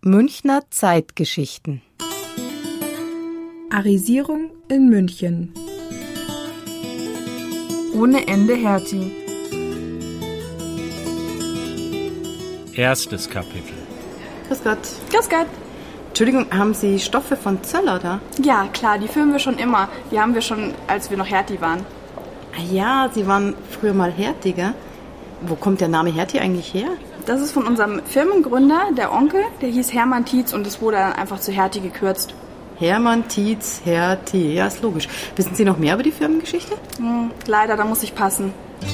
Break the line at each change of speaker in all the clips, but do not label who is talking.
Münchner Zeitgeschichten.
Arisierung in München.
Ohne Ende Hertie.
Erstes Kapitel.
Grüß Gott.
Grüß Gott.
Entschuldigung, haben Sie Stoffe von Zöller da?
Ja, klar, die filmen wir schon immer. Die haben wir schon, als wir noch Hertie waren.
Ah ja, Sie waren früher mal Hertiger. Wo kommt der Name Hertie eigentlich her?
Das ist von unserem Firmengründer, der Onkel. Der hieß Hermann Tietz und es wurde dann einfach zu Hertie gekürzt.
Hermann Tietz, Hertie. Ja, ist logisch. Wissen Sie noch mehr über die Firmengeschichte?
Leider, da muss ich passen.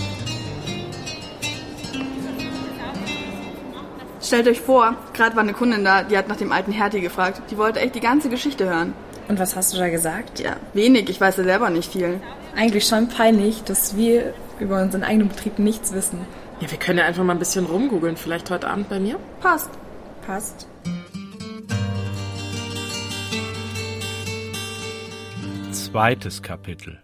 Stellt euch vor, gerade war eine Kundin da, die hat nach dem alten Hertie gefragt. Die wollte echt die ganze Geschichte hören.
Und was hast du da gesagt?
Ja, wenig, ich weiß ja selber nicht viel.
Eigentlich schon peinlich, dass wir über unseren eigenen Betrieb nichts wissen.
Ja, wir können ja einfach mal ein bisschen rumgoogeln. Vielleicht heute Abend bei mir?
Passt.
Passt.
Zweites Kapitel.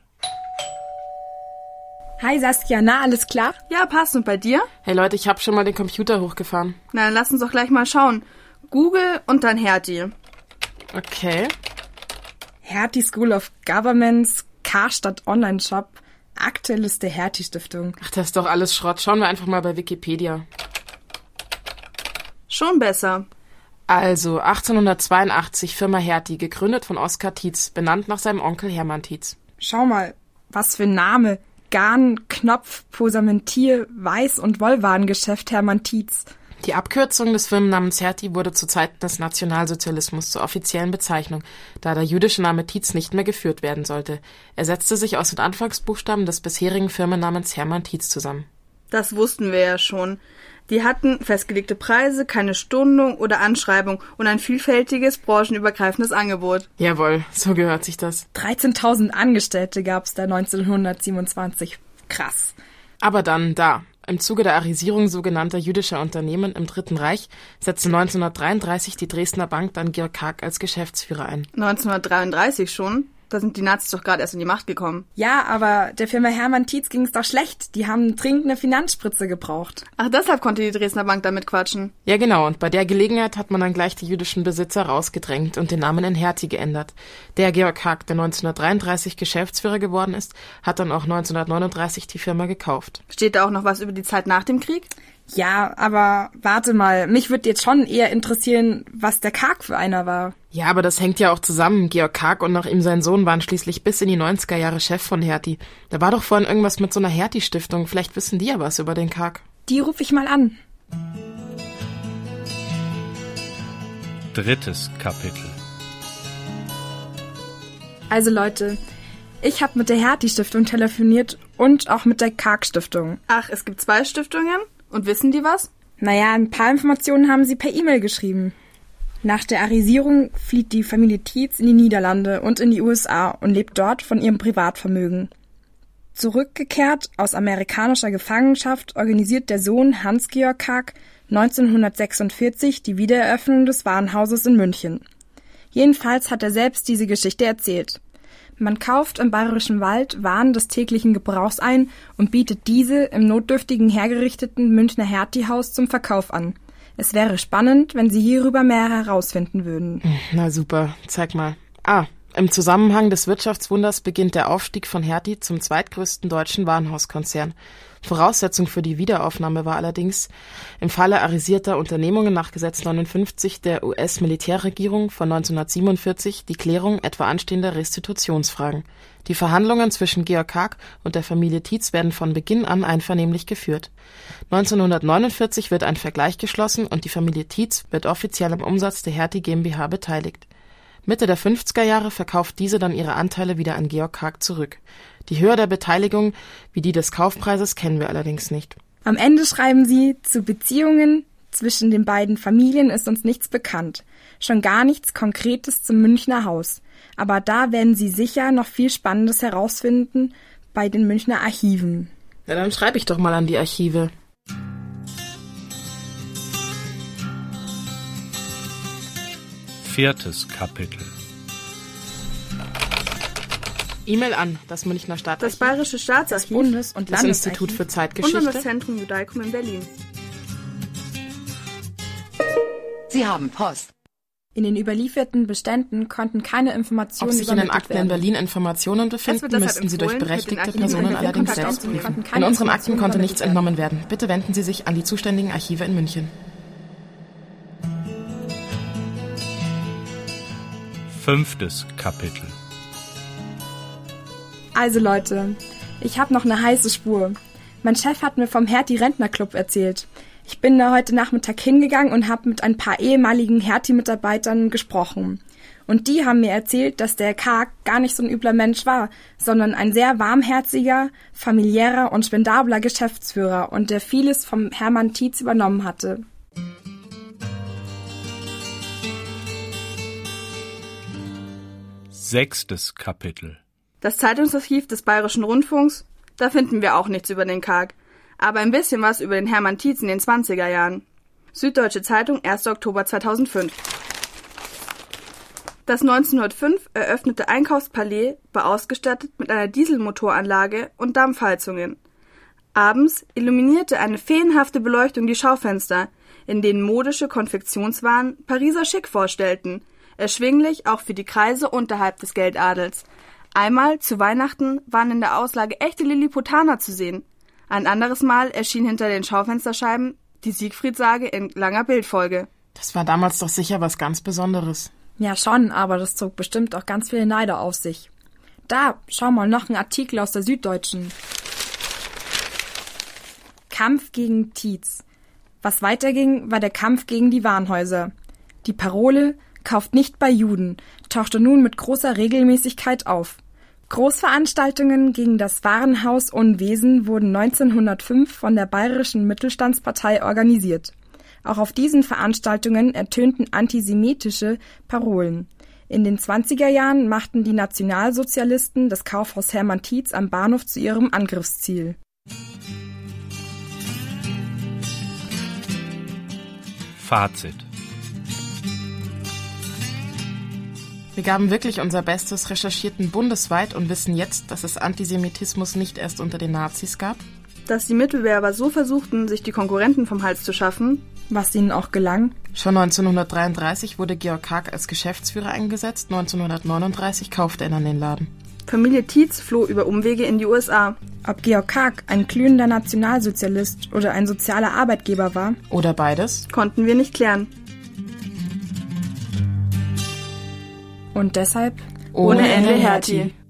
Hi Saskia, na, alles klar?
Ja, passt. Und bei dir?
Hey Leute, ich habe schon mal den Computer hochgefahren.
Na, dann lass uns doch gleich mal schauen. Google und dann Hertie.
Okay.
Hertie School of Governments, Karstadt Online-Shop, Aktuelliste Hertie-Stiftung.
Ach, das ist doch alles Schrott. Schauen wir einfach mal bei Wikipedia.
Schon besser.
Also, 1882 Firma Hertie, gegründet von Oskar Tietz, benannt nach seinem Onkel Hermann Tietz.
Schau mal, was für ein Name. Garn, Knopf, Posamentier, Weiß- und Wollwarengeschäft Hermann Tietz.
Die Abkürzung des Firmennamens Hertie wurde zu Zeiten des Nationalsozialismus zur offiziellen Bezeichnung, da der jüdische Name Tietz nicht mehr geführt werden sollte. Er setzte sich aus den Anfangsbuchstaben des bisherigen Firmennamens Hermann Tietz zusammen.
Das wussten wir ja schon. Die hatten festgelegte Preise, keine Stundung oder Anschreibung und ein vielfältiges, branchenübergreifendes Angebot.
Jawohl, so gehört sich das.
13.000 Angestellte gab's da 1927. Krass.
Aber dann da. Im Zuge der Arisierung sogenannter jüdischer Unternehmen im Dritten Reich setzte 1933 die Dresdner Bank dann Georg Karg als Geschäftsführer ein.
1933 schon? Da sind die Nazis doch gerade erst in die Macht gekommen.
Ja, aber der Firma Hermann Tietz ging's doch schlecht. Die haben dringend eine Finanzspritze gebraucht.
Ach, deshalb konnte die Dresdner Bank damit quatschen.
Ja genau, und bei der Gelegenheit hat man dann gleich die jüdischen Besitzer rausgedrängt und den Namen in Hertie geändert. Der Georg Karg, der 1933 Geschäftsführer geworden ist, hat dann auch 1939 die Firma gekauft.
Steht da auch noch was über die Zeit nach dem Krieg?
Ja, aber warte mal, mich würde jetzt schon eher interessieren, was der Karg für einer war.
Ja, aber das hängt ja auch zusammen. Georg Karg und nach ihm sein Sohn waren schließlich bis in die 90er Jahre Chef von Hertie. Da war doch vorhin irgendwas mit so einer Hertie-Stiftung. Vielleicht wissen die ja was über den Karg.
Die rufe ich mal an.
Drittes Kapitel.
Also Leute, ich habe mit der Hertie-Stiftung telefoniert und auch mit der Karg-Stiftung.
Ach, es gibt 2 Stiftungen? Und wissen die was?
Naja, ein paar Informationen haben sie per E-Mail geschrieben. Nach der Arisierung flieht die Familie Tietz in die Niederlande und in die USA und lebt dort von ihrem Privatvermögen. Zurückgekehrt aus amerikanischer Gefangenschaft organisiert der Sohn Hans-Georg Karg 1946 die Wiedereröffnung des Warenhauses in München. Jedenfalls hat er selbst diese Geschichte erzählt. Man kauft im Bayerischen Wald Waren des täglichen Gebrauchs ein und bietet diese im notdürftigen hergerichteten Münchner Hertie-Haus zum Verkauf an. Es wäre spannend, wenn Sie hierüber mehr herausfinden würden.
Na super, zeig mal. Im Zusammenhang des Wirtschaftswunders beginnt der Aufstieg von Hertie zum zweitgrößten deutschen Warenhauskonzern. Voraussetzung für die Wiederaufnahme war allerdings im Falle arisierter Unternehmungen nach Gesetz 59 der US-Militärregierung von 1947 die Klärung etwa anstehender Restitutionsfragen. Die Verhandlungen zwischen Georg Karg und der Familie Tietz werden von Beginn an einvernehmlich geführt. 1949 wird ein Vergleich geschlossen und die Familie Tietz wird offiziell am Umsatz der Hertie GmbH beteiligt. Mitte der 50er Jahre verkauft diese dann ihre Anteile wieder an Georg Karg zurück. Die Höhe der Beteiligung wie die des Kaufpreises kennen wir allerdings nicht.
Am Ende schreiben sie, zu Beziehungen zwischen den beiden Familien ist uns nichts bekannt. Schon gar nichts Konkretes zum Münchner Haus. Aber da werden sie sicher noch viel Spannendes herausfinden bei den Münchner Archiven.
Ja, dann schreibe ich doch mal an die Archive.
Viertes Kapitel.
E-Mail an das Münchner Staatsarchiv,
Das Bayerische Staatsarchiv,
Bundes- und
das
Landesarchiv
Institut für
und
Zeitgeschichte.
das Zentrum Judaicum in Berlin.
Sie haben Post.
In den überlieferten Beständen konnten keine Informationen
Ob sich in den
übermittelt
Akten in Berlin Informationen befinden, müssten Sie durch berechtigte Personen allerdings selbst prüfen. In unseren Akten konnte nichts entnommen werden. Bitte wenden Sie sich an die zuständigen Archive in München.
5. Kapitel.
Also Leute, ich habe noch eine heiße Spur. Mein Chef hat mir vom Hertie-Rentnerclub erzählt. Ich bin da heute Nachmittag hingegangen und habe mit ein paar ehemaligen Hertie-Mitarbeitern gesprochen. Und die haben mir erzählt, dass der Karg gar nicht so ein übler Mensch war, sondern ein sehr warmherziger, familiärer und spendabler Geschäftsführer und der vieles vom Hermann Tietz übernommen hatte.
Sechstes Kapitel.
Das Zeitungsarchiv des Bayerischen Rundfunks, da finden wir auch nichts über den Karg. Aber ein bisschen was über den Hermann Tietz in den 20er Jahren. Süddeutsche Zeitung, 1. Oktober 2005. Das 1905 eröffnete Einkaufspalais war ausgestattet mit einer Dieselmotoranlage und Dampfheizungen. Abends illuminierte eine feenhafte Beleuchtung die Schaufenster, in denen modische Konfektionswaren Pariser Schick vorstellten, erschwinglich auch für die Kreise unterhalb des Geldadels. Einmal zu Weihnachten waren in der Auslage echte Lilliputaner zu sehen. Ein anderes Mal erschien hinter den Schaufensterscheiben die Siegfried-Sage in langer Bildfolge.
Das war damals doch sicher was ganz Besonderes.
Ja schon, aber das zog bestimmt auch ganz viele Neider auf sich. Da, schau mal, noch ein Artikel aus der Süddeutschen. Kampf gegen Tietz. Was weiterging, war der Kampf gegen die Warenhäuser. Die Parole »Kauft nicht bei Juden« tauchte nun mit großer Regelmäßigkeit auf. Großveranstaltungen gegen das Warenhaus Unwesen wurden 1905 von der Bayerischen Mittelstandspartei organisiert. Auch auf diesen Veranstaltungen ertönten antisemitische Parolen. In den 20er Jahren machten die Nationalsozialisten das Kaufhaus Hermann Tietz am Bahnhof zu ihrem Angriffsziel.
Fazit.
Wir gaben wirklich unser Bestes, recherchierten bundesweit und wissen jetzt, dass es Antisemitismus nicht erst unter den Nazis gab.
Dass die Mitbewerber so versuchten, sich die Konkurrenten vom Hals zu schaffen,
was ihnen auch gelang.
Schon 1933 wurde Georg Karg als Geschäftsführer eingesetzt, 1939 kaufte er dann den Laden.
Familie Tietz floh über Umwege in die USA.
Ob Georg Karg ein glühender Nationalsozialist oder ein sozialer Arbeitgeber war,
oder beides,
konnten wir nicht klären.
Und deshalb
ohne Ende Hertie.